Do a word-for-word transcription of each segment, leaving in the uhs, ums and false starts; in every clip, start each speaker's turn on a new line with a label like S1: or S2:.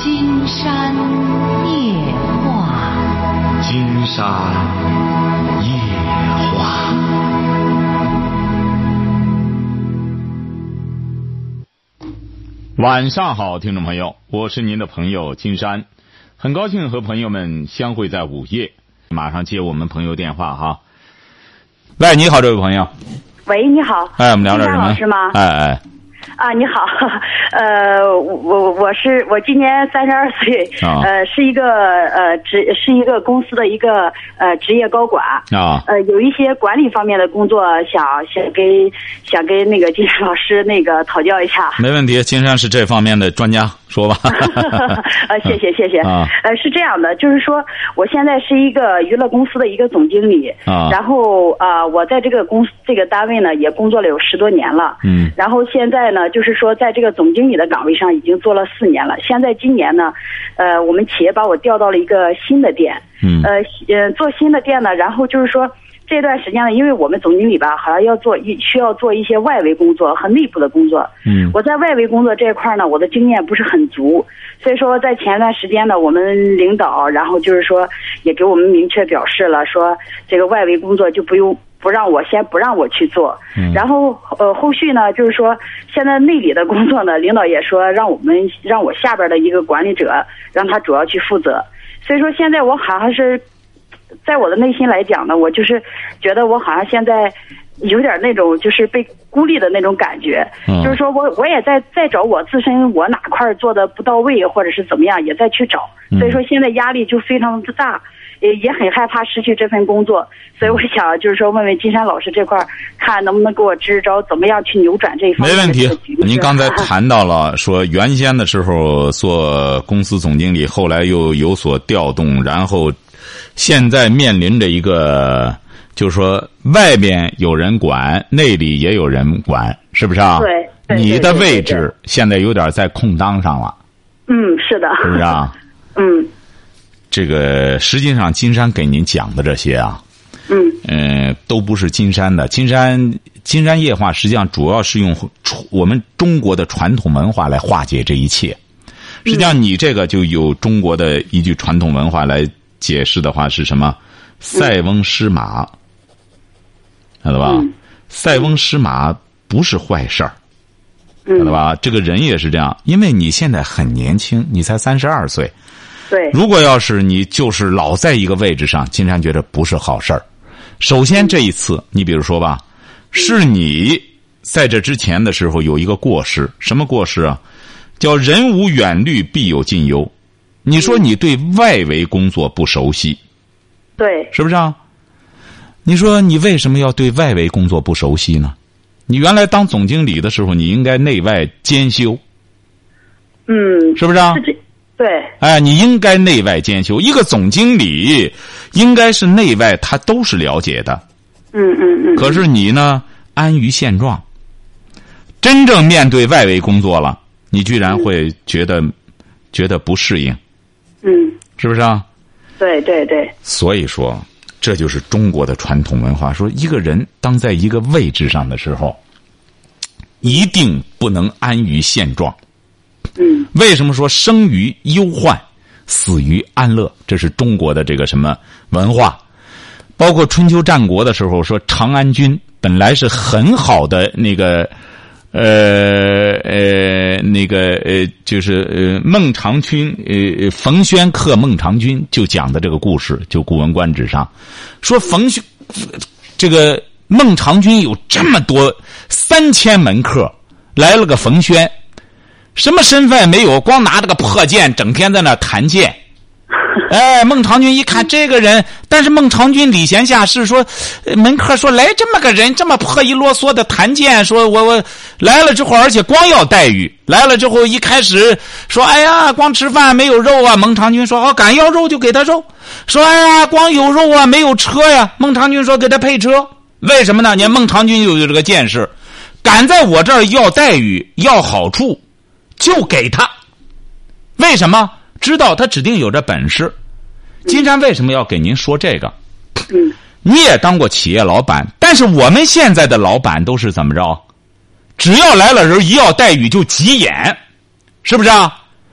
S1: 金山夜话，
S2: 金山夜话。晚上好，听众朋友，我是您的朋友金山，很高兴和朋友们相会在午夜。马上接我们朋友电话哈。喂，你好，这位朋友。
S3: 喂，你好。
S2: 哎，我们聊点什么？
S3: 老师吗？
S2: 哎哎。
S3: 啊，你好，呃，我我是我今年三十二岁，
S2: 啊、
S3: 呃，是一个呃职是一个公司的一个呃职业高管
S2: 啊，
S3: 呃，有一些管理方面的工作想想跟想跟那个金山老师那个讨教一下。
S2: 没问题，金山是这方面的专家，说吧。
S3: 呃，谢谢谢谢。
S2: 啊，
S3: 呃，是这样的，就是说我现在是一个娱乐公司的一个总经理，
S2: 啊，
S3: 然后啊、呃，我在这个公司这个单位呢也工作了有十多年了，
S2: 嗯，
S3: 然后现在呢。就是说，在这个总经理的岗位上已经做了四年了。现在今年呢，呃，我们企业把我调到了一个新的店，
S2: 嗯，
S3: 呃，呃，做新的店呢，然后就是说这段时间呢，因为我们总经理吧，好像要做一需要做一些外围工作和内部的工作，
S2: 嗯，
S3: 我在外围工作这一块呢，我的经验不是很足，所以说在前段时间呢，我们领导然后就是说也给我们明确表示了，说这个外围工作就不用。不让我先不让我去做，
S2: 嗯、
S3: 然后呃后续呢，就是说现在内里的工作呢，领导也说让我们让我下边的一个管理者让他主要去负责，所以说现在我好像是在我的内心来讲呢，我就是觉得我好像现在有点那种就是被孤立的那种感觉，
S2: 嗯、
S3: 就是说我我也在在找我自身我哪块做的不到位或者是怎么样，也在去找，所以说现在压力就非常的大。也也很害怕失去这份工作，所以我想就是说问问金山老师这块，看能不能给我支招，怎么样去扭转这一方面的。
S2: 没问题。您刚才谈到了说原先的时候做公司总经理，后来又有所调动，然后现在面临着一个就是说外边有人管，内里也有人管，是不是啊？
S3: 对。对
S2: 你的位置现在有点在空当上了。
S3: 嗯，是的。
S2: 是不是啊？
S3: 嗯。
S2: 这个实际上金山给您讲的这些啊，
S3: 嗯，
S2: 呃，都不是金山的。金山金山夜话实际上主要是用我们中国的传统文化来化解这一切。实际上，你这个就有中国的一句传统文化来解释的话是什么？塞翁失马，晓得吧？
S3: 嗯、
S2: 塞翁失马不是坏事儿，晓得吧？这个人也是这样，因为你现在很年轻，你才三十二岁。
S3: 对，
S2: 如果要是你就是老在一个位置上，金山觉得不是好事儿。首先这一次，你比如说吧，是你在这之前的时候有一个过失，什么过失啊？叫人无远虑，必有近忧。你说你对外围工作不熟悉，
S3: 对，
S2: 是不是啊？你说你为什么要对外围工作不熟悉呢？你原来当总经理的时候，你应该内外兼修，
S3: 嗯，
S2: 是不是啊？
S3: 是这对，
S2: 哎，你应该内外兼修。一个总经理应该是内外他都是了解的。
S3: 嗯嗯嗯。
S2: 可是你呢，安于现状。真正面对外围工作了，你居然会觉得、嗯、觉得不适应。
S3: 嗯。
S2: 是不是啊？
S3: 对对对。
S2: 所以说，这就是中国的传统文化，说一个人当在一个位置上的时候，一定不能安于现状。
S3: 嗯，
S2: 为什么说生于忧患，死于安乐？这是中国的这个什么文化？包括春秋战国的时候，说长安君本来是很好的那个，呃呃那个呃，就是呃孟尝君，呃冯谖克孟尝君，就讲的这个故事，就《古文观止》上说冯谖这个孟尝君有这么多三千门客，来了个冯谖。什么身份没有，光拿这个破剑整天在那弹剑。哎，孟尝君一看这个人，但是孟尝君礼贤下士，说门客说来这么个人这么破衣啰嗦的弹剑，说我我来了之后，而且光要待遇，来了之后一开始说哎呀光吃饭没有肉啊，孟尝君说哦敢要肉就给他肉，说哎呀光有肉啊没有车呀，孟尝君说给他配车。为什么呢？你看孟尝君就有这个见识，敢在我这儿要待遇要好处就给他。为什么？知道他指定有这本事。金山为什么要给您说这个？
S3: 嗯，
S2: 你也当过企业老板，但是我们现在的老板都是怎么着？只要来了人一要待遇就急眼，是不是啊？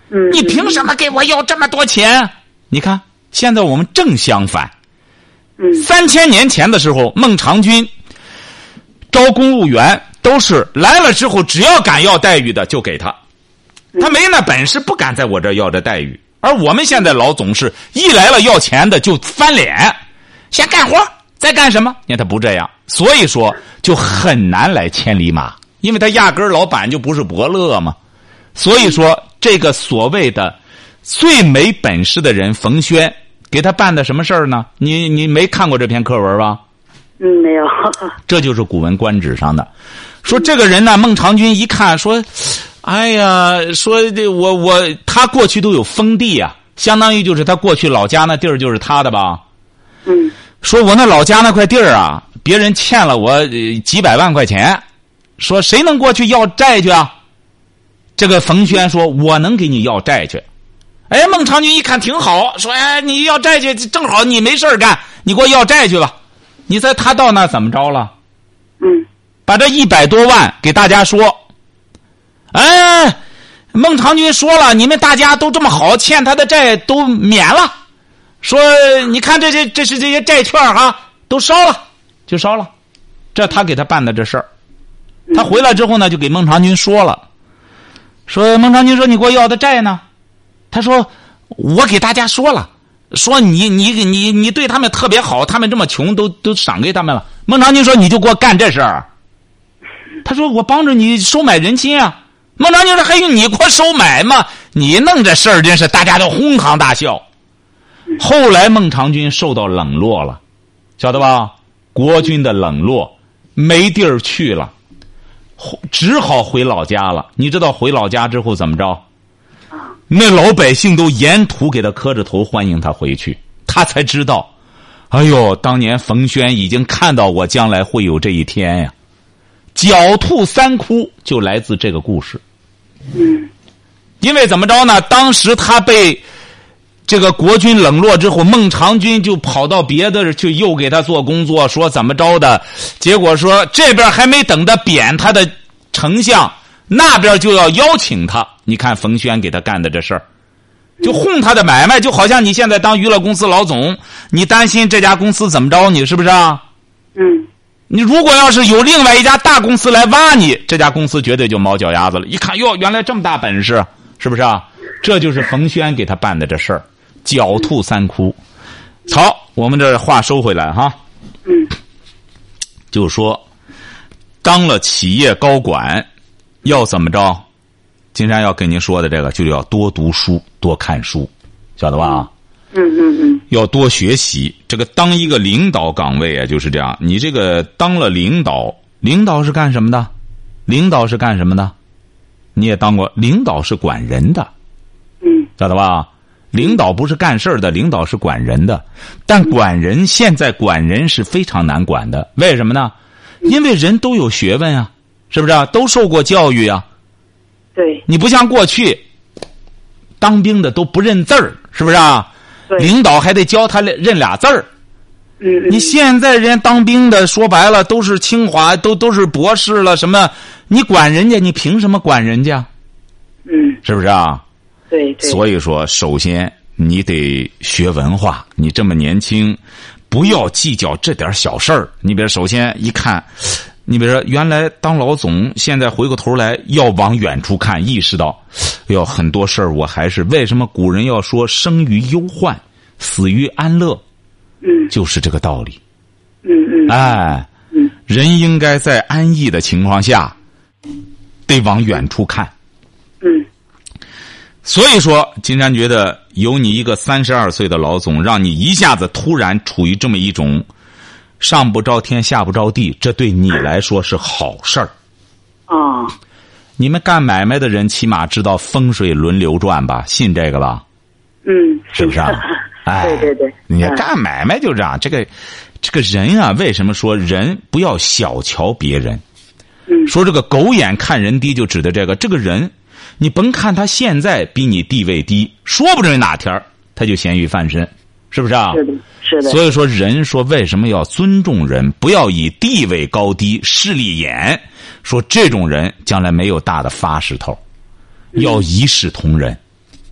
S3: 嗯，
S2: 你凭什么给我要这么多钱？你看，现在我们正相反。
S3: 嗯，
S2: 三千年前的时候，孟尝君招公务员都是来了之后，只要敢要待遇的就给他，他没那本事不敢在我这要这待遇。而我们现在老总是一来了要钱的就翻脸，先干活再干什么？你看他不这样，所以说就很难来千里马，因为他压根儿老板就不是伯乐嘛。所以说这个所谓的最没本事的人冯轩给他办的什么事儿呢？你你没看过这篇课文吧？
S3: 嗯，没有。
S2: 这就是《古文观止》上的，说这个人呢，孟尝君一看说，哎呀，说这我我他过去都有封地啊，相当于就是他过去老家那地儿就是他的吧。
S3: 嗯。
S2: 说我那老家那块地儿啊，别人欠了我几百万块钱，说谁能过去要债去啊？这个冯轩说，我能给你要债去。哎，孟尝君一看挺好，说哎，你要债去，正好你没事干，你给我要债去吧。你猜他到那怎么着了？
S3: 嗯，
S2: 把这一百多万给大家说。哎，孟尝君说了，你们大家都这么好，欠他的债都免了。说你看这些这是这些债券哈，都烧了，就烧了。这他给他办的这事儿。他回来之后呢，就给孟尝君说了，说孟尝君说你给我要的债呢？他说我给大家说了，说你你你你对他们特别好，他们这么穷都都赏给他们了。孟尝君说你就给我干这事儿。他说我帮着你收买人心啊。孟尝君说还用你给我收买吗？你弄这事儿真是大家都哄堂大笑。后来孟尝君受到冷落了，晓得吧？国君的冷落，没地儿去了，只好回老家了。你知道回老家之后怎么着？那老百姓都沿途给他磕着头欢迎他回去，他才知道，哎呦，当年冯轩已经看到我将来会有这一天呀。狡兔三窟就来自这个故事。
S3: 嗯，
S2: 因为怎么着呢？当时他被这个国君冷落之后，孟尝君就跑到别的去又给他做工作，说怎么着的，结果说这边还没等他贬他的丞相，那边就要邀请他。你看冯轩给他干的这事儿，就哄他的买卖，就好像你现在当娱乐公司老总，你担心这家公司怎么着你，是不是啊？
S3: 嗯，
S2: 你如果要是有另外一家大公司来挖你，这家公司绝对就毛脚丫子了。一看哟，原来这么大本事，是不是啊？这就是冯轩给他办的这事儿，狡兔三窟。好，我们这话收回来哈。
S3: 嗯，
S2: 就说当了企业高管要怎么着？金山要跟您说的这个，就要多读书，多看书，晓得吧？
S3: 嗯嗯嗯，
S2: 要多学习。这个当一个领导岗位啊，就是这样。你这个当了领导，领导是干什么的？领导是干什么的？你也当过，领导是管人的，
S3: 嗯，
S2: 晓得吧？领导不是干事儿的，领导是管人的。但管人，现在管人是非常难管的，为什么呢？因为人都有学问啊，是不是啊？都受过教育啊。
S3: 对，
S2: 你不像过去当兵的都不认字儿，是不是啊？领导还得教他认俩字儿。
S3: 嗯，
S2: 你现在人当兵的说白了都是清华，都都是博士了，什么？你管人家，你凭什么管人家？
S3: 嗯，
S2: 是不是啊？
S3: 对对。
S2: 所以说，首先你得学文化。你这么年轻，不要计较这点小事儿。你比如，首先一看。你比如说，原来当老总，现在回过头来要往远处看，意识到，要很多事儿我还是为什么古人要说生于忧患，死于安乐，
S3: 嗯，
S2: 就是这个道理。
S3: 嗯嗯，
S2: 哎，
S3: 嗯，
S2: 人应该在安逸的情况下，得往远处看。
S3: 嗯，
S2: 所以说，金山觉得有你一个三十二岁的老总，让你一下子突然处于这么一种。上不着天下不着地，这对你来说是好事儿。
S3: 哦，
S2: 你们干买卖的人起码知道风水轮流转吧？信这个吧？
S3: 嗯，
S2: 是不是啊？哎，
S3: 对对对，
S2: 你干买卖就这样。这个这个人啊，为什么说人不要小瞧别人？
S3: 嗯，
S2: 说这个狗眼看人低，就指的这个。这个人，你甭看他现在比你地位低，说不准哪天他就咸鱼翻身，是不是啊？
S3: 是的。是的，
S2: 所以说人说为什么要尊重人，不要以地位高低势利眼，说这种人将来没有大的发势头，要一视同仁。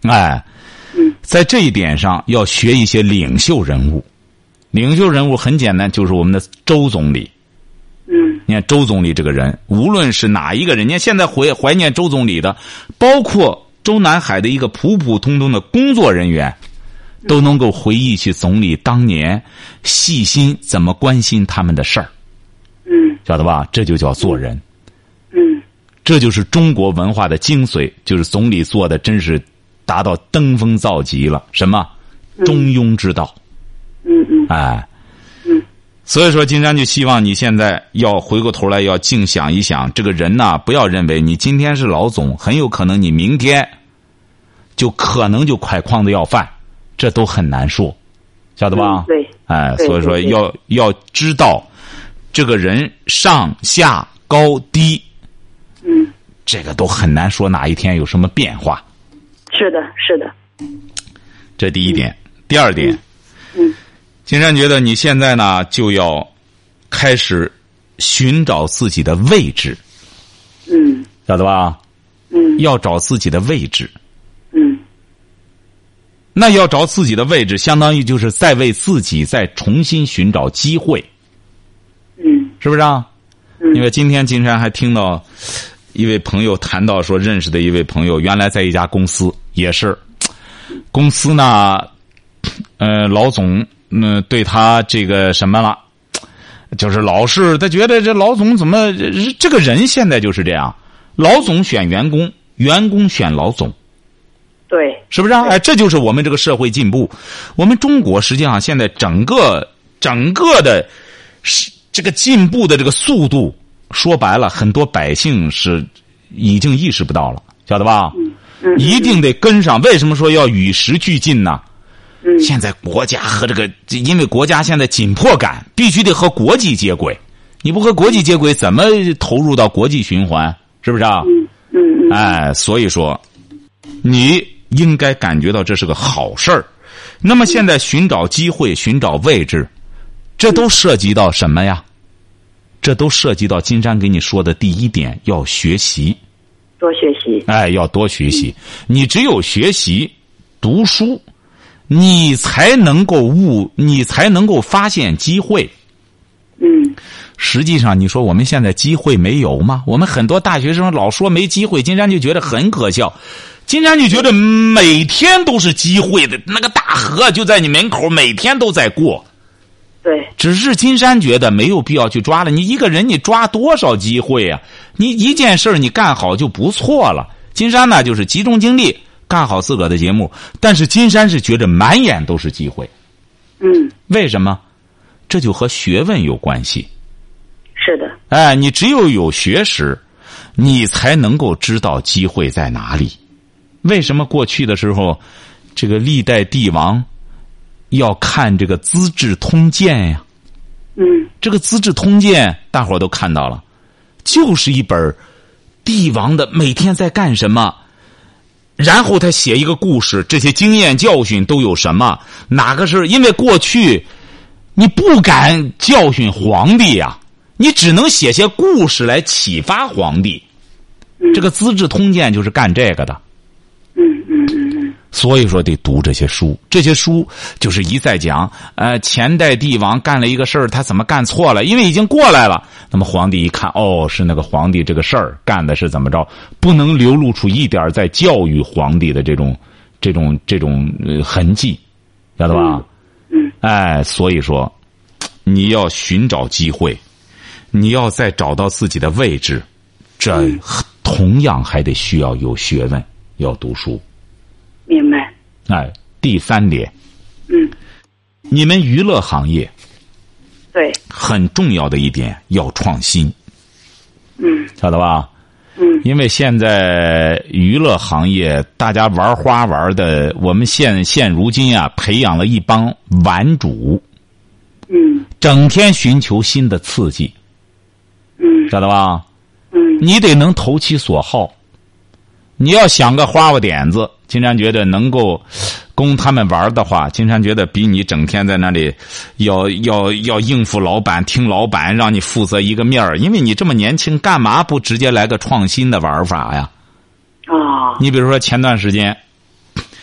S2: 哎，在这一点上要学一些领袖人物。领袖人物很简单，就是我们的周总理。
S3: 嗯，
S2: 你看周总理这个人，无论是哪一个人，你看现在怀怀念周总理的，包括周南海的一个普普通通的工作人员，都能够回忆起总理当年细心怎么关心他们的事儿。
S3: 嗯，
S2: 晓得吧？这就叫做人。
S3: 嗯，
S2: 这就是中国文化的精髓，就是总理做的真是达到登峰造极了。什么？中庸之道。
S3: 嗯嗯，
S2: 哎，
S3: 嗯，
S2: 所以说金山就希望你现在要回过头来要静想一想，这个人呐，不要认为你今天是老总，很有可能你明天就可能就拐筐子要饭，这都很难说，晓得吧？
S3: 嗯、对，
S2: 哎，
S3: 对
S2: 所以说
S3: 对对
S2: 要要知道这个人上下高低，
S3: 嗯，
S2: 这个都很难说哪一天有什么变化。
S3: 是的，是的。
S2: 这第一点，嗯、第二点，
S3: 嗯。嗯
S2: 金山觉得你现在呢就要开始寻找自己的位置，
S3: 嗯，
S2: 晓得吧？
S3: 嗯，
S2: 要找自己的位置，
S3: 嗯，
S2: 那要找自己的位置，相当于就是再为自己再重新寻找机会，
S3: 嗯，
S2: 是不是啊？
S3: 嗯，
S2: 因为今天金山还听到一位朋友谈到说，认识的一位朋友原来在一家公司，也是公司呢，呃，老总。嗯，对他这个什么了，就是老是他觉得这老总怎么这个人现在就是这样，老总选员工，员工选老总，
S3: 对，
S2: 是不是啊？哎，这就是我们这个社会进步。我们中国实际上现在整个整个的这个进步的这个速度，说白了，很多百姓是已经意识不到了，晓得吧？
S3: 嗯嗯，
S2: 一定得跟上。为什么说要与时俱进呢？
S3: 嗯，
S2: 现在国家和这个，因为国家现在紧迫感，必须得和国际接轨。你不和国际接轨，怎么投入到国际循环？是不是啊？
S3: 嗯嗯嗯。
S2: 哎，所以说，你应该感觉到这是个好事儿。那么现在寻找机会、寻找位置，这都涉及到什么呀？这都涉及到金山给你说的第一点，要学习，
S3: 多学习。
S2: 哎，要多学习。你只有学习、读书。你才能够悟，你才能够发现机会。
S3: 嗯，
S2: 实际上你说我们现在机会没有吗？我们很多大学生老说没机会，金山就觉得很可笑。金山就觉得每天都是机会的，那个大河就在你门口，每天都在过。
S3: 对，
S2: 只是金山觉得没有必要去抓了。你一个人你抓多少机会啊？你一件事你干好就不错了。金山呢就是集中精力干好自个儿的节目，但是金山是觉得满眼都是机会。
S3: 嗯，
S2: 为什么？这就和学问有关系。
S3: 是的。
S2: 哎，你只有有学识，你才能够知道机会在哪里。为什么过去的时候，这个历代帝王要看这个《资治通鉴》呀？
S3: 嗯，
S2: 这个《资治通鉴》大伙儿都看到了，就是一本帝王的每天在干什么。然后他写一个故事，这些经验教训都有什么？哪个是因为过去你不敢教训皇帝呀、啊，你只能写些故事来启发皇帝。
S3: 嗯、
S2: 这个《资治通鉴》就是干这个的。
S3: 嗯嗯嗯嗯。
S2: 所以说得读这些书，这些书就是一再讲，呃，前代帝王干了一个事儿，他怎么干错了？因为已经过来了，那么皇帝一看，哦，是那个皇帝这个事儿干的是怎么着，不能流露出一点在教育皇帝的这种、这种、这种、呃、痕迹，晓得吧？
S3: 嗯。
S2: 哎，所以说，你要寻找机会，你要再找到自己的位置，这同样还得需要有学问，要读书。
S3: 明白。
S2: 哎，第三点，
S3: 嗯，
S2: 你们娱乐行业，
S3: 对，
S2: 很重要的一点要创新，
S3: 嗯，
S2: 晓得吧？
S3: 嗯，
S2: 因为现在娱乐行业大家玩花玩的，我们现现如今啊，培养了一帮玩主，
S3: 嗯，
S2: 整天寻求新的刺激，
S3: 嗯，
S2: 晓得吧？
S3: 嗯，
S2: 你得能投其所好。你要想个花花点子，金山觉得能够供他们玩的话，金山觉得比你整天在那里要要要应付老板、听老板让你负责一个面儿，因为你这么年轻，干嘛不直接来个创新的玩法呀？
S3: 啊，
S2: 你比如说前段时间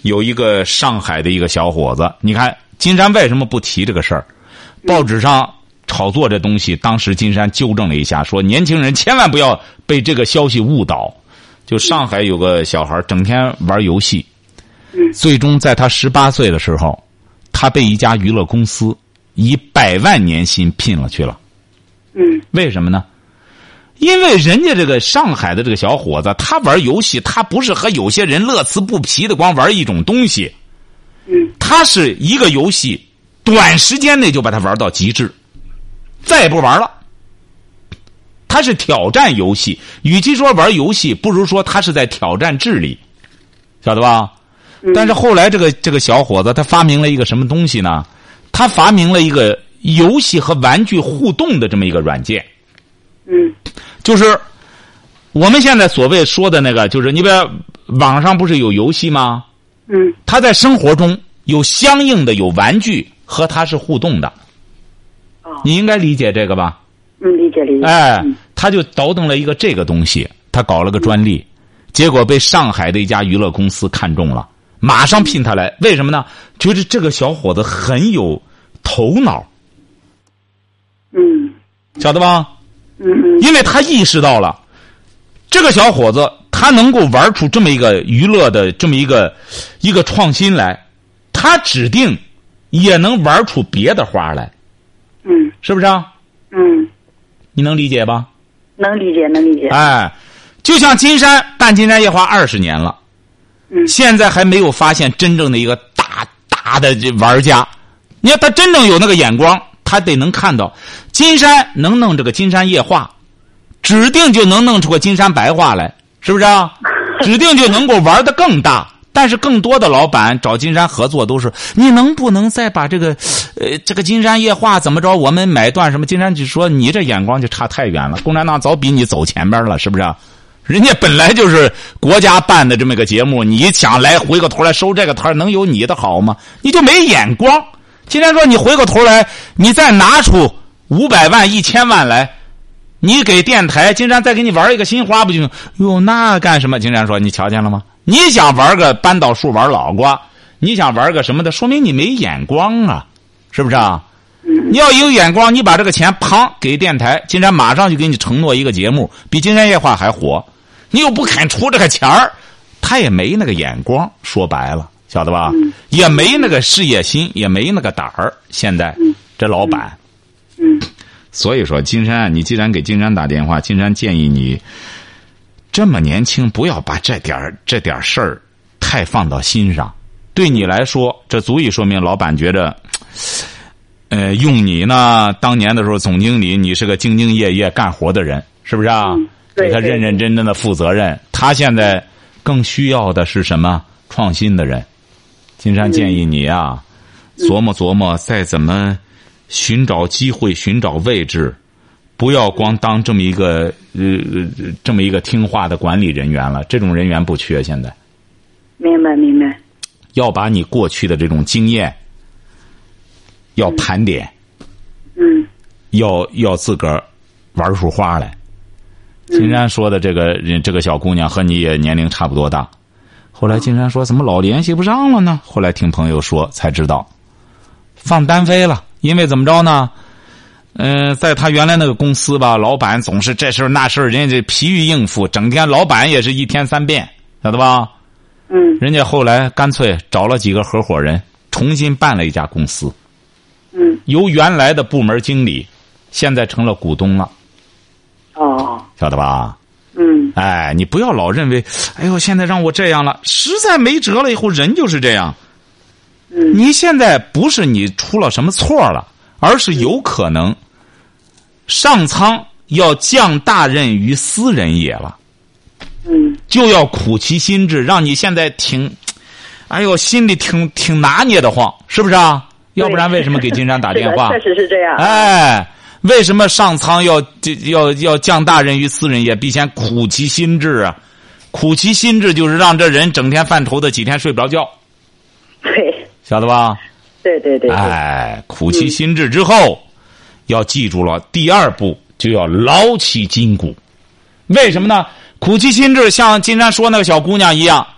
S2: 有一个上海的一个小伙子，你看金山为什么不提这个事儿？报纸上炒作这东西，当时金山纠正了一下，说年轻人千万不要被这个消息误导。就上海有个小孩整天玩游戏，最终在他十八岁的时候，他被一家娱乐公司以百万年薪聘了去了。
S3: 嗯，
S2: 为什么呢？因为人家这个上海的这个小伙子，他玩游戏，他不是和有些人乐此不疲的光玩一种东西，
S3: 嗯，
S2: 他是一个游戏，短时间内就把它玩到极致，再也不玩了。他是挑战游戏，与其说玩游戏，不如说他是在挑战智力，晓得吧？
S3: 嗯、
S2: 但是后来这个这个小伙子，他发明了一个什么东西呢？他发明了一个游戏和玩具互动的这么一个软件。
S3: 嗯，
S2: 就是我们现在所谓说的那个，就是你比如网上不是有游戏吗？
S3: 嗯，
S2: 他在生活中有相应的有玩具和他是互动的。
S3: 哦，
S2: 你应该理解这个吧？
S3: 嗯，理解理解。
S2: 哎，他就倒腾了一个这个东西，他搞了个专利，结果被上海的一家娱乐公司看中了，马上聘他来。为什么呢？觉得这个小伙子很有头脑。
S3: 嗯，
S2: 晓得吧？
S3: 嗯嗯，
S2: 因为他意识到了，这个小伙子他能够玩出这么一个娱乐的这么一个一个创新来，他指定也能玩出别的花来。
S3: 嗯，
S2: 是不是啊？
S3: 嗯。
S2: 你能理解吧？
S3: 能理解，能理解。
S2: 哎，就像金山办金山夜话二十年了，
S3: 嗯，
S2: 现在还没有发现真正的一个大大的玩家。你看他真正有那个眼光，他得能看到金山能弄这个金山夜话，指定就能弄出个金山白话来，是不是啊？指定就能够玩得更大。但是更多的老板找金山合作都是，你能不能再把这个呃这个金山夜话怎么着，我们买断什么？金山就说你这眼光就差太远了，共产党早比你走前边了，是不是啊？人家本来就是国家办的这么个节目，你想来回过头来收这个摊，能有你的好吗？你就没眼光。金山说你回过头来，你再拿出五百万一千万来，你给电台，金山再给你玩一个新花不就行？哟，那干什么？金山说你瞧见了吗？你想玩个扳倒树玩老瓜，你想玩个什么的，说明你没眼光啊，是不是啊？你要有眼光，你把这个钱砰给电台，金山马上就给你承诺一个节目，比金山夜话还火。你又不肯出这个钱儿，他也没那个眼光，说白了，晓得吧？也没那个事业心，也没那个胆儿。现在这老板，
S3: 嗯，
S2: 所以说金山，你既然给金山打电话，金山建议你。这么年轻，不要把这点这点事儿太放到心上。对你来说，这足以说明老板觉得，呃，用你呢，当年的时候总经理，你是个兢兢业业干活的人，是不是啊？
S3: 嗯、
S2: 给他认认真真的负责任。他现在更需要的是什么？创新的人。金山建议你啊，
S3: 嗯、
S2: 琢磨琢磨，再怎么寻找机会，寻找位置。不要光当这么一个呃这么一个听话的管理人员了，这种人员不缺。现在，
S3: 明白明白。
S2: 要把你过去的这种经验要盘点，
S3: 嗯，
S2: 要要自个儿玩出花来。金山说的这个人，这个小姑娘和你也年龄差不多大。后来金山说怎么老联系不上了呢？后来听朋友说才知道，放单飞了。因为怎么着呢？嗯、呃，在他原来那个公司吧，老板总是这事儿那事儿，人家疲于应付，整天老板也是一天三变，晓得吧？
S3: 嗯。
S2: 人家后来干脆找了几个合伙人，重新办了一家公司。
S3: 嗯。
S2: 由原来的部门经理，现在成了股东了。
S3: 哦。
S2: 晓得吧？
S3: 嗯。
S2: 哎，你不要老认为，哎呦，现在让我这样了，实在没辙了，以后人就是这样。
S3: 嗯。
S2: 你现在不是你出了什么错了，而是有可能。上苍要降大任于斯人也了，
S3: 嗯，
S2: 就要苦其心志，让你现在挺，哎呦，心里挺挺拿捏的慌，是不是啊？要不然为什么给金山打电话？
S3: 确实是这样。
S2: 哎，为什么上苍要要要降大任于斯人也？必先苦其心志啊！苦其心志就是让这人整天犯愁的，几天睡不着觉。
S3: 对，
S2: 晓得吧？
S3: 对对对。
S2: 哎，苦其心志之后。嗯，要记住了，第二步就要牢其筋骨。为什么呢？苦其心志，像金山说那个小姑娘一样，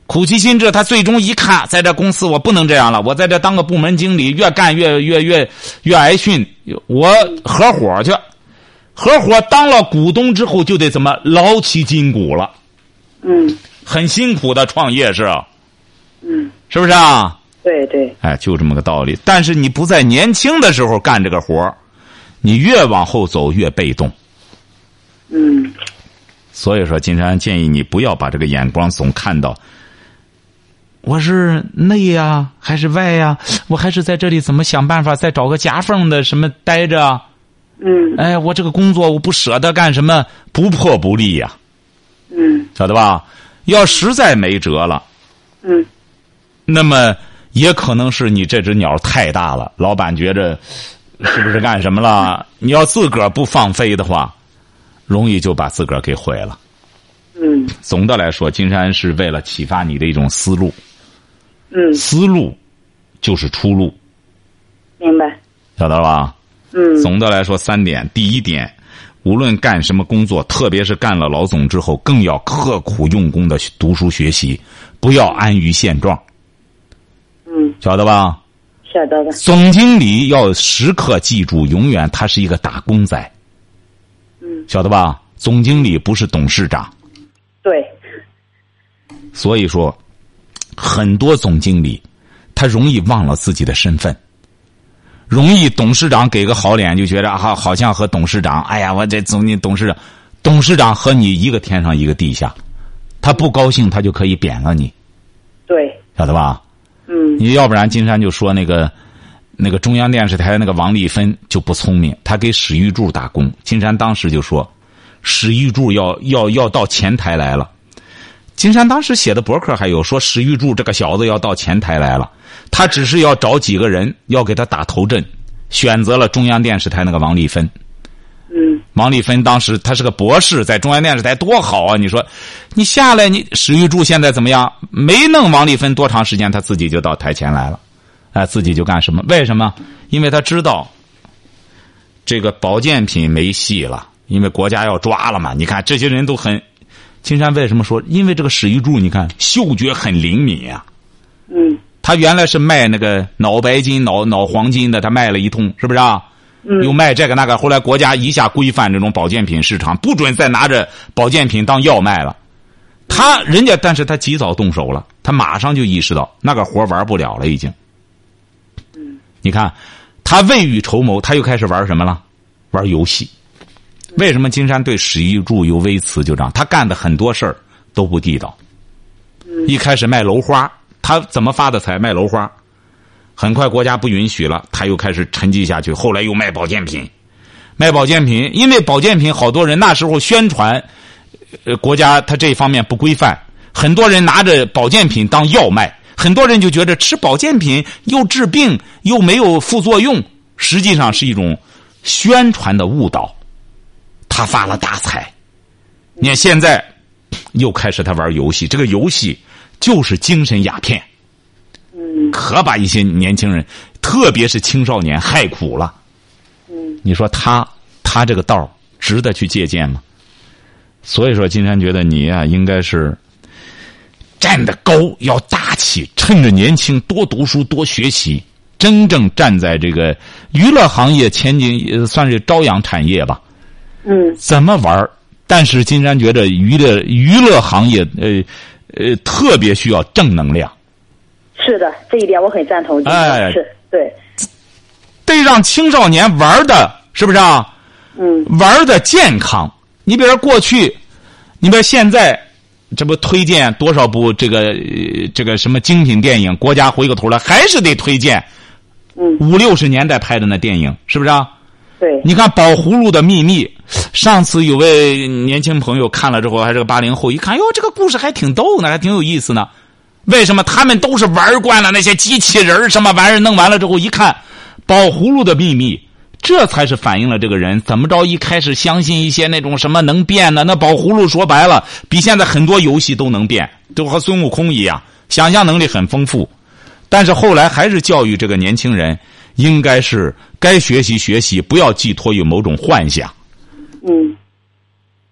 S2: 苦其心志，他最终一看，在这公司我不能这样了，我在这当个部门经理，越干越越越越挨训，我合伙去。合伙当了股东之后，就得怎么劳其筋骨了。
S3: 嗯，
S2: 很辛苦的创业是。
S3: 嗯，
S2: 是不是啊？
S3: 对对。
S2: 哎，就这么个道理。但是你不在年轻的时候干这个活，你越往后走越被动。
S3: 嗯。
S2: 所以说，金山建议你不要把这个眼光总看到，我是内呀还是外呀？我还是在这里怎么想办法再找个夹缝的什么待着？
S3: 嗯。
S2: 哎，我这个工作我不舍得干什么，不破不立呀。
S3: 嗯。
S2: 晓得吧？要实在没辙了。
S3: 嗯。
S2: 那么也可能是你这只鸟太大了，老板觉着是不是干什么了？你要自个儿不放飞的话，容易就把自个儿给毁了。
S3: 嗯。
S2: 总的来说，金山是为了启发你的一种思路。
S3: 嗯。
S2: 思路就是出路。
S3: 明白。
S2: 晓得了吧？
S3: 嗯。
S2: 总的来说三点：第一点，无论干什么工作，特别是干了老总之后，更要刻苦用功的读书学习，不要安于现状。
S3: 嗯，
S2: 晓得吧？
S3: 晓得了。
S2: 总经理要时刻记住，永远他是一个打工仔。
S3: 嗯，
S2: 晓得吧？总经理不是董事长。
S3: 对。
S2: 所以说，很多总经理他容易忘了自己的身份，容易董事长给个好脸就觉得啊，好像和董事长，哎呀，我这总经理董事长，董事长和你一个天上一个地下，他不高兴他就可以贬了你。
S3: 对。
S2: 晓得吧？
S3: 嗯，
S2: 你要不然金山就说那个那个中央电视台那个王丽芬就不聪明，他给史玉柱打工。金山当时就说，史玉柱要要要到前台来了。金山当时写的博客还有说，史玉柱这个小子要到前台来了，他只是要找几个人要给他打头阵，选择了中央电视台那个王丽芬。
S3: 嗯，
S2: 王丽芬当时他是个博士，在中央电视台多好啊！你说，你下来，你史玉柱现在怎么样？没弄王丽芬多长时间，他自己就到台前来了，哎，自己就干什么？为什么？因为他知道这个保健品没戏了，因为国家要抓了嘛。你看这些人都很，金山为什么说？因为这个史玉柱，你看嗅觉很灵敏啊。
S3: 嗯，
S2: 他原来是卖那个脑白金、脑脑黄金的，他卖了一通，是不是啊？
S3: 嗯，
S2: 又卖这个那个，后来国家一下规范这种保健品市场，不准再拿着保健品当药卖了。他人家，但是他及早动手了，他马上就意识到那个活玩不了了，已经。
S3: 嗯，
S2: 你看，他未雨绸缪，他又开始玩什么了？玩游戏。为什么金山对史玉柱有微词？就这样，他干的很多事儿都不地道。一开始卖楼花，他怎么发的财？卖楼花。很快国家不允许了，他又开始沉寂下去。后来又卖保健品，卖保健品，因为保健品好多人那时候宣传，呃，国家他这方面不规范，很多人拿着保健品当药卖，很多人就觉得吃保健品又治病又没有副作用，实际上是一种宣传的误导。他发了大财。你看现在又开始他玩游戏，这个游戏就是精神鸦片。可把一些年轻人，特别是青少年害苦了。
S3: 嗯，
S2: 你说他他这个道值得去借鉴吗？所以说，金山觉得你啊，应该是站得高，要大气，趁着年轻多读书多学习，真正站在这个娱乐行业前景，算是朝阳产业吧。
S3: 嗯，
S2: 怎么玩？但是金山觉得娱乐娱乐行业，呃呃，特别需要正能量。
S3: 是的，这一点我很赞同。
S2: 哎，
S3: 是，对，
S2: 得让青少年玩的，是不是啊？
S3: 嗯，
S2: 玩的健康。你比如说过去，你比如现在，这不推荐多少部这个、呃、这个什么精品电影？国家回过头来还是得推荐，
S3: 嗯，
S2: 五六十年代拍的那电影，是不是啊？
S3: 对。
S2: 你看《宝葫芦的秘密》，上次有位年轻朋友看了之后，还是个八零后，一看，哟，这个故事还挺逗呢，还挺有意思呢。为什么他们都是玩惯了那些机器人什么玩意儿？弄完了之后一看，《宝葫芦的秘密》，这才是反映了这个人怎么着一开始相信一些那种什么能变的。那宝葫芦说白了，比现在很多游戏都能变，就和孙悟空一样，想象能力很丰富。但是后来还是教育这个年轻人，应该是该学习学习，不要寄托于某种幻想。
S3: 嗯。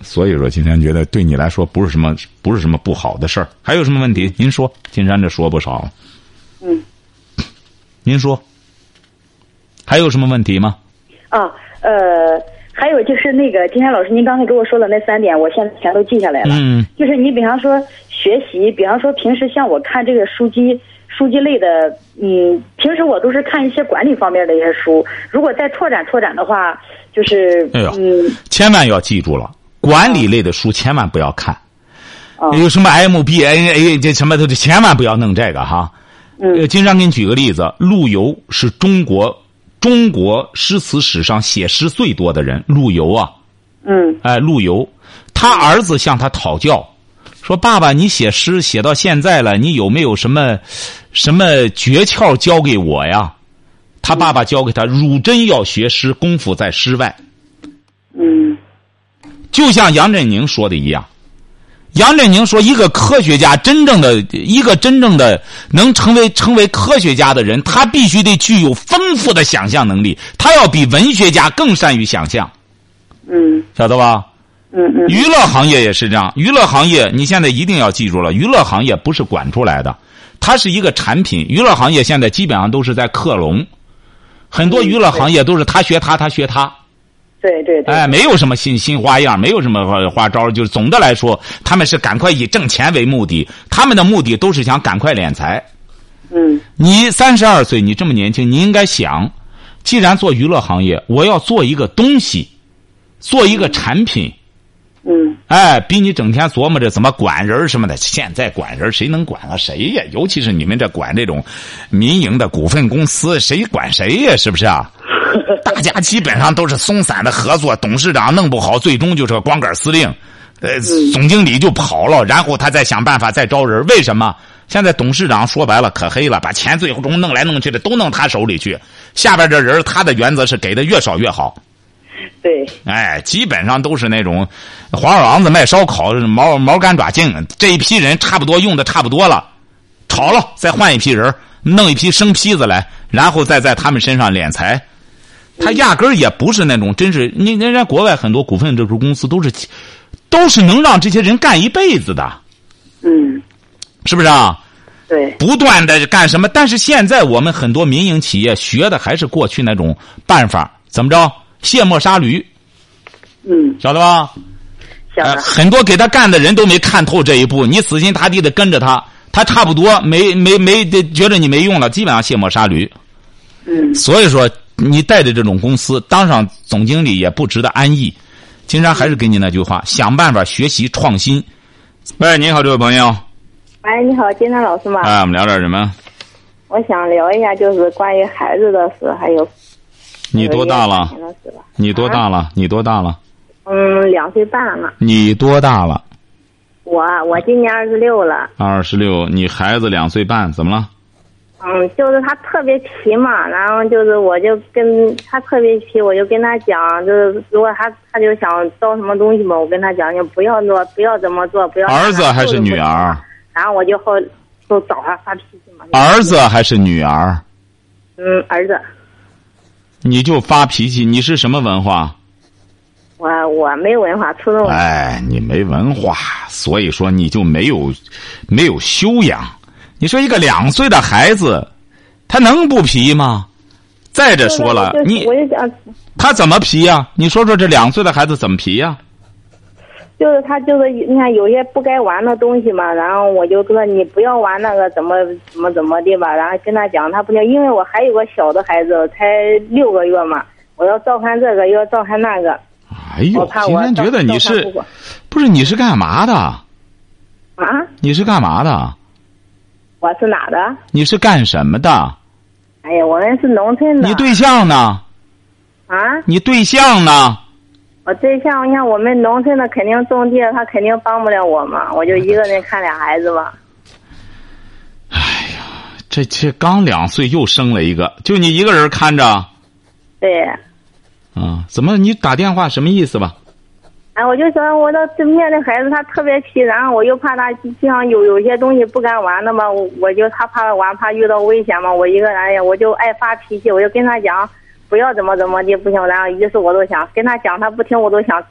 S2: 所以说今天觉得对你来说不是什么不是什么不好的事儿。还有什么问题？您说，金山这说不少。
S4: 嗯，
S2: 您说，还有什么问题吗？
S4: 啊，呃，还有就是那个金山老师，您刚才给我说的那三点，我现在全都记下来了。
S2: 嗯，
S4: 就是你比方说学习，比方说平时像我看这个书籍。书籍类的，嗯，平时我都是看一些管理方面的一些书。如果再拓展拓展的话，就是，
S2: 哎呦，
S4: 嗯，
S2: 千万要记住了，管理类的书千万不要看。
S4: 哦、
S2: 有什么 M B A A 这什么的，千万不要弄这个哈。
S4: 嗯，
S2: 经常给你举个例子，陆游是中国中国诗词史上写诗最多的人，陆游啊。
S4: 嗯，
S2: 哎，陆游，他儿子向他讨教。说爸爸，你写诗写到现在了，你有没有什么什么诀窍教给我呀？他爸爸教给他，汝真要学诗，功夫在诗外。
S4: 嗯，
S2: 就像杨振宁说的一样，杨振宁说，一个科学家，真正的一个真正的能成为成为科学家的人，他必须得具有丰富的想象能力，他要比文学家更善于想象。
S4: 嗯，
S2: 晓得吧？
S4: 嗯嗯，
S2: 娱乐行业也是这样。娱乐行业，你现在一定要记住了，娱乐行业不是管出来的，它是一个产品。娱乐行业现在基本上都是在克隆，很多娱乐行业都是他学他，他学他。
S4: 对对对。
S2: 哎，没有什么新新花样，没有什么花招，就是总的来说，他们是赶快以挣钱为目的，他们的目的都是想赶快敛财。
S4: 嗯。
S2: 你三十二岁，你这么年轻，你应该想，既然做娱乐行业，我要做一个东西，做一个产品。
S4: 嗯，
S2: 哎，比你整天琢磨着怎么管人什么的，现在管人谁能管啊谁呀？尤其是你们这管这种民营的股份公司，谁管谁呀？是不是啊？大家基本上都是松散的合作，董事长弄不好，最终就是个光杆司令，呃，总经理就跑了，然后他再想办法再招人。为什么？现在董事长说白了可黑了，把钱最终弄来弄去的都弄他手里去，下边这人他的原则是给的越少越好。
S4: 对，
S2: 哎，基本上都是那种黄鼠狼子卖烧烤，毛毛干爪净。这一批人差不多用的差不多了，炒了，再换一批人，弄一批生坯子来，然后再在他们身上敛财。他压根儿也不是那种，真是你人家国外很多股份制公司都是，都是能让这些人干一辈子的。
S4: 嗯，
S2: 是不是啊？
S4: 对，
S2: 不断的干什么？但是现在我们很多民营企业学的还是过去那种办法，怎么着？卸磨杀驴，
S4: 嗯，
S2: 晓得吧？
S4: 晓得、
S2: 呃。很多给他干的人都没看透这一步，你死心塌地的跟着他，他差不多没没没觉得你没用了，基本上卸磨杀驴。
S4: 嗯。
S2: 所以说，你带着这种公司当上总经理也不值得安逸。经常还是给你那句话，想办法学习创新。喂，你好，这位朋友。
S5: 哎，你好，金山老师吗？
S2: 哎，我们聊点什么？
S5: 我想聊一下，就是关于孩子的事，还有。
S2: 你多大了？你多大了？
S5: 啊、
S2: 你多大了？
S5: 嗯，两岁半了。
S2: 你多大了？
S5: 我我今年二十六了。
S2: 二十六，你孩子两岁半，怎么了？
S5: 嗯，就是他特别皮嘛，然后就是我就跟他特别皮，我就跟他讲，就是如果他他就想招什么东西嘛，我跟他讲，就不要做，不要怎么做，不要。
S2: 儿子还是女儿？
S5: 然后我就后就找他发脾气嘛。
S2: 儿子还是女儿？
S5: 嗯，儿子。
S2: 你就发脾气，你是什么文化？
S5: 我我没文化，初中。
S2: 哎，你没文化，所以说你就没有没有修养。你说一个两岁的孩子，他能不皮吗？再者说了，你
S5: 我就想
S2: 他怎么皮呀、啊？你说说这两岁的孩子怎么皮呀、啊？
S5: 就是他就是你看有些不该玩的东西嘛，然后我就说你不要玩那个怎么怎么怎么的吧，然后跟他讲他不听，因为我还有个小的孩子才六个月嘛，我要照看这个又要照看那个。
S2: 哎呦，今天觉得你是不, 不是你是干嘛的？
S5: 啊？
S2: 你是干嘛的？
S5: 我是哪的？
S2: 你是干什么的？
S5: 哎呀，我们是农村的。
S2: 你对象呢？
S5: 啊？
S2: 你对象呢？
S5: 我对象，你看我们农村的肯定种地，他肯定帮不了我嘛，我就一个人看俩孩子嘛。
S2: 哎呀，这这刚两岁又生了一个，就你一个人看着？
S5: 对。
S2: 啊，怎么你打电话什么意思吧？
S5: 哎，我就说我的对面的孩子他特别皮，然后我又怕他像有有些东西不敢玩的嘛，我我就他怕玩，怕遇到危险嘛，我一个人呀，我就爱发脾气，我就跟他讲。不要怎么怎么的不行，然后于是我都想跟他讲，他不听，我都想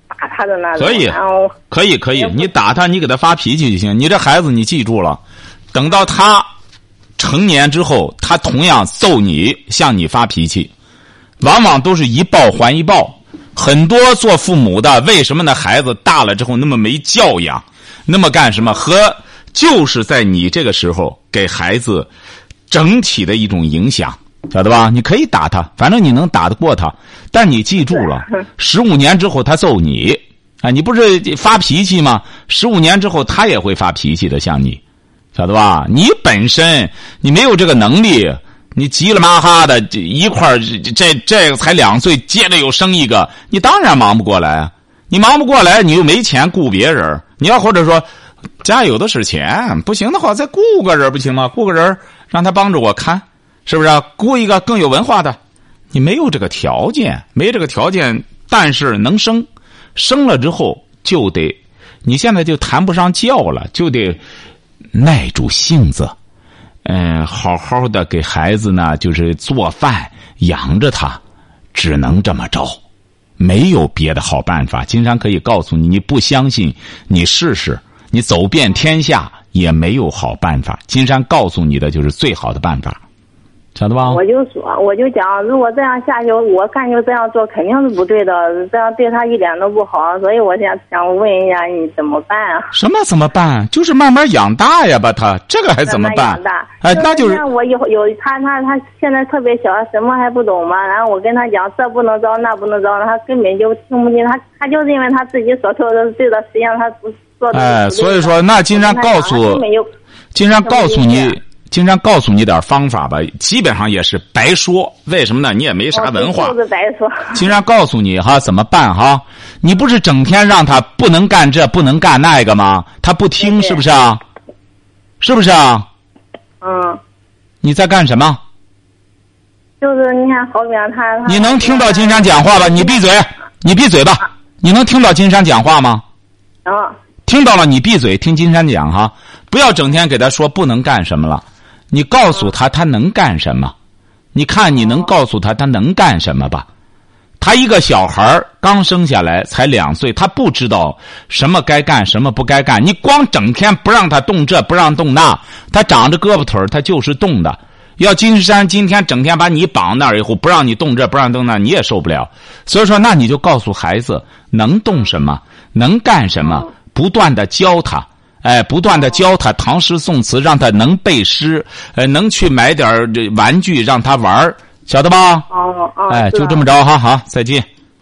S5: 打他的那种。
S2: 可以，
S5: 然后
S2: 可以，可以，你打他，你给他发脾气就行。你这孩子，你记住了，等到他成年之后，他同样揍你，向你发脾气，往往都是一报还一报。很多做父母的，为什么呢？孩子大了之后那么没教养，那么干什么？和就是在你这个时候给孩子整体的一种影响，晓得吧？你可以打他，反正你能打得过他，但你记住了，十五年之后他揍你啊，你不是发脾气吗？十五年之后他也会发脾气的，像你，晓得吧？你本身你没有这个能力。你急了麻哈的一块儿，这这个才两岁，接着又生一个，你当然忙不过来啊！你忙不过来，你又没钱雇别人。你要或者说家有的是钱，不行的话再雇个人不行吗？雇个人让他帮着我看，是不是啊？雇一个更有文化的。你没有这个条件，没这个条件，但是能生，生了之后就得，你现在就谈不上教了，就得耐住性子。嗯，好好的给孩子呢，就是做饭养着他，只能这么着，没有别的好办法。金山可以告诉你，你不相信，你试试，你走遍天下也没有好办法。金山告诉你的就是最好的办法，晓得吧？
S5: 我就说，我就讲，如果这样下去，我感觉这样做肯定是不对的，这样对他一点都不好，所以我想想问一下，你怎么办啊？
S2: 什么怎么办？就是慢慢养大呀，把他这个还怎么办？
S5: 慢慢养大，
S2: 哎，那就是
S5: 像我有有他他他现在特别小，什么还不懂嘛。然后我跟他讲这不能招那不能招，他根本就听不进，他他就认为他自己所做的是对的，实际上他不做的。
S2: 哎，所以说那金山告诉，金山告诉你。经常告诉你点方法吧，基本上也是白说。为什么呢？你也没啥文化。
S5: 就是白说。
S2: 经常告诉你哈怎么办哈？你不是整天让他不能干这不能干那个吗？他不听，是不是啊？是不是啊？
S5: 嗯。
S2: 你在干什么？
S5: 就是你看，好比他他。
S2: 你能听到金山讲话吧？你闭嘴，你闭嘴吧。你能听到金山讲话吗？
S5: 能。
S2: 听到了，你闭嘴，听金山讲哈，不要整天给他说不能干什么了。你告诉他他能干什么，你看你能告诉他他能干什么吧。他一个小孩刚生下来才两岁，他不知道什么该干什么不该干，你光整天不让他动这不让动那，他长着胳膊腿他就是动的。要金山今天整天把你绑那儿以后不让你动这不让动那，你也受不了。所以说那你就告诉孩子能动什么能干什么，不断的教他，哎，不断的教他唐诗宋词，让他能背诗，呃，能去买点这玩具让他玩，晓得吧？
S5: 哦哦，
S2: 哎，就这么着哈，好，再见。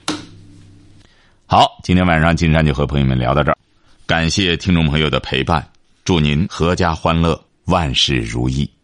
S2: 好，今天晚上金山就和朋友们聊到这儿，感谢听众朋友的陪伴，祝您阖家欢乐，万事如意。